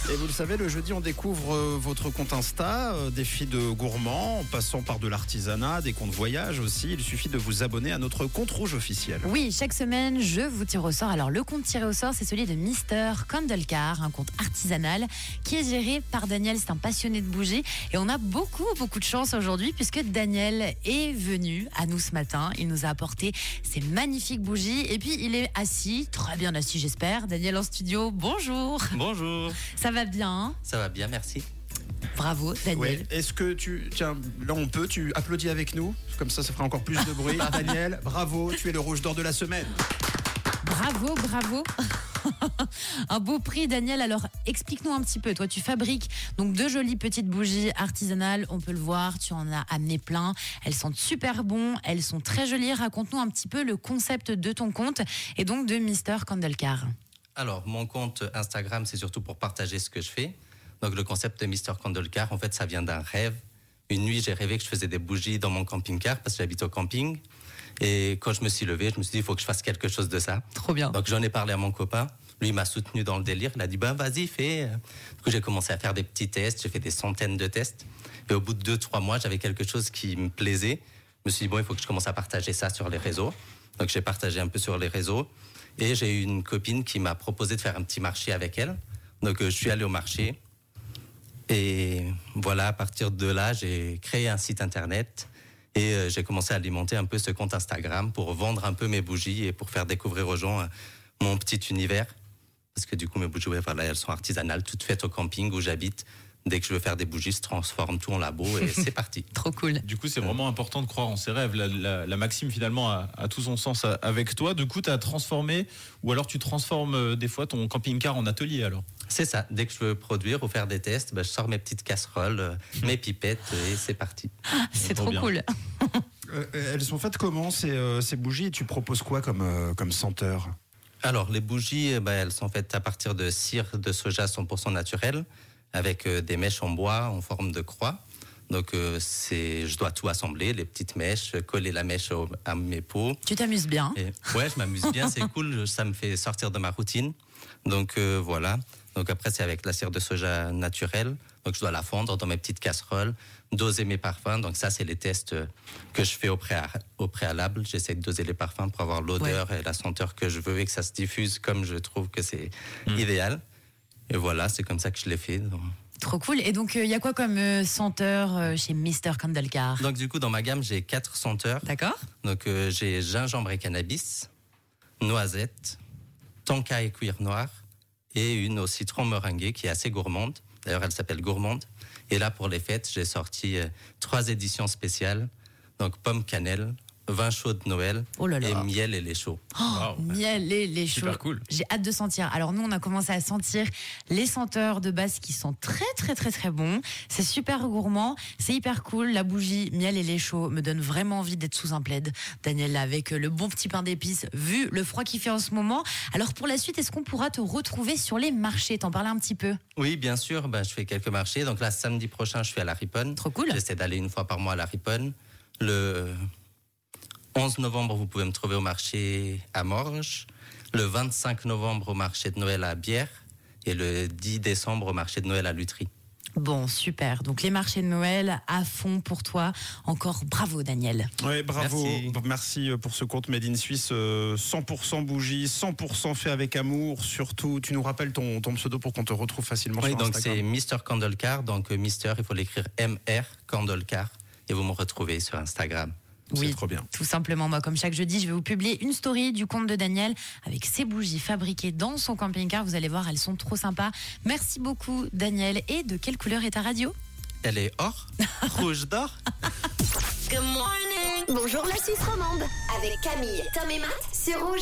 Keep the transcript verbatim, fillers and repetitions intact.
Et vous le savez, le jeudi, on découvre euh, votre compte Insta, euh, défi de gourmand, en passant par de l'artisanat, des comptes voyage aussi. Il suffit de vous abonner à notre compte rouge officiel. Oui, chaque semaine, je vous tire au sort. Alors, le compte tiré au sort, c'est celui de Mister Candlecar, un compte artisanal qui est géré par Daniel. C'est un passionné de bougies. Et on a beaucoup, beaucoup de chance aujourd'hui puisque Daniel est venu à nous ce matin. Il nous a apporté ces magnifiques bougies. Et puis, il est assis, très bien assis, j'espère. Daniel en studio, bonjour. Bonjour. Ça va bien, hein? Ça va bien, merci. Bravo, Daniel. Ouais. Est-ce que tu... Tiens, là on peut, tu applaudis avec nous. Comme ça, ça fera encore plus de bruit. Daniel, bravo, tu es le rouge d'or de la semaine. Bravo, bravo. Un beau prix, Daniel. Alors, explique-nous un petit peu. Toi, tu fabriques donc de jolies petites bougies artisanales. On peut le voir, tu en as amené plein. Elles sentent super bon. Elles sont très jolies. Raconte-nous un petit peu le concept de ton compte et donc de Mister Candlecar. Alors, mon compte Instagram, c'est surtout pour partager ce que je fais. Donc, le concept de Mister Candlecar, en fait, ça vient d'un rêve. Une nuit, j'ai rêvé que je faisais des bougies dans mon camping-car parce que j'habite au camping. Et quand je me suis levé, je me suis dit, il faut que je fasse quelque chose de ça. Trop bien. Donc, j'en ai parlé à mon copain. Lui, il m'a soutenu dans le délire. Il a dit, ben, vas-y, fais. Du coup, j'ai commencé à faire des petits tests. J'ai fait des centaines de tests. Et au bout de deux, trois mois, j'avais quelque chose qui me plaisait. Je me suis dit, bon, il faut que je commence à partager ça sur les réseaux. Donc, j'ai partagé un peu sur les réseaux. Et j'ai eu une copine qui m'a proposé de faire un petit marché avec elle. Donc, euh, je suis allé au marché. Et voilà, à partir de là, j'ai créé un site internet. Et euh, j'ai commencé à alimenter un peu ce compte Instagram pour vendre un peu mes bougies et pour faire découvrir aux gens euh, mon petit univers. Parce que du coup, mes bougies, ouais, voilà, elles sont artisanales, toutes faites au camping où j'habite. Dès que je veux faire des bougies, je transforme tout en labo et c'est parti. Trop cool. Du coup, c'est vraiment important de croire en ses rêves. La, la, la maxime, finalement, a, a tout son sens avec toi. Du coup, tu as transformé, ou alors tu transformes euh, des fois ton camping-car en atelier, alors? C'est ça. Dès que je veux produire ou faire des tests, bah, je sors mes petites casseroles, euh, mes pipettes et c'est parti. C'est trop trop bien. cool. Euh, elles sont faites comment ces, euh, ces bougies et tu proposes quoi comme, euh, comme senteur? Alors, les bougies, bah, elles sont faites à partir de cire de soja cent pour cent naturel, avec euh, des mèches en bois en forme de croix. Donc, euh, c'est, je dois tout assembler, les petites mèches, coller la mèche au, à mes pots. Tu t'amuses bien. Et, ouais, je m'amuse bien, c'est cool, ça me fait sortir de ma routine. Donc, euh, voilà. Donc, après, c'est avec la cire de soja naturelle. Donc, je dois la fondre dans mes petites casseroles, doser mes parfums. Donc, ça, c'est les tests que je fais au, préa- au préalable. J'essaie de doser les parfums pour avoir l'odeur ouais. et la senteur que je veux et que ça se diffuse comme je trouve que c'est mmh. idéal. Et voilà, c'est comme ça que je l'ai fait. Donc... Trop cool. Et donc, il euh, y a quoi comme euh, senteur euh, chez Mister Candlecar? Donc, du coup, dans ma gamme, j'ai quatre senteurs. D'accord. Donc, euh, j'ai gingembre et cannabis, noisette, tonka et cuir noir, et une au citron meringué qui est assez gourmande. D'ailleurs, elle s'appelle Gourmande. Et là, pour les fêtes, j'ai sorti euh, trois éditions spéciales. Donc, pomme cannelle, vin chaud de Noël oh là là. et miel et lait chaud. Oh, wow. Miel et lait chaud. Super cool. J'ai hâte de sentir. Alors nous, on a commencé à sentir les senteurs de base qui sont très très très très bons. C'est super gourmand, c'est hyper cool. La bougie miel et lait chaud me donne vraiment envie d'être sous un plaid. Daniel, là, avec le bon petit pain d'épices, vu le froid qu'il fait en ce moment. Alors pour la suite, est-ce qu'on pourra te retrouver sur les marchés? T'en parlais un petit peu? Oui, bien sûr. Ben, je fais quelques marchés. Donc là, samedi prochain, je suis à la Riponne. Trop cool. J'essaie d'aller une fois par mois à la Riponne. Le onze novembre, vous pouvez me trouver au marché à Morges. Le vingt-cinq novembre, au marché de Noël à Bière. Et le dix décembre, au marché de Noël à Lutry. Bon, super. Donc, les marchés de Noël à fond pour toi. Encore bravo, Daniel. Oui, bravo. Merci. Merci pour ce compte Made in Suisse. cent pour cent bougie, cent pour cent fait avec amour. Surtout, tu nous rappelles ton, ton pseudo pour qu'on te retrouve facilement oui, sur donc Instagram. c'est Mister Candlecar. Donc, Mister, il faut l'écrire M R Candlecar. Et vous me retrouvez sur Instagram. Oui, trop bien. Tout simplement. Moi, comme chaque jeudi, je vais vous publier une story du compte de Daniel avec ses bougies fabriquées dans son camping-car. Vous allez voir, elles sont trop sympas. Merci beaucoup, Daniel. Et de quelle couleur est ta radio? Elle est or, rouge d'or. Good morning. Bonjour la Suisse romande avec Camille, Tom et Matt sur Rouge.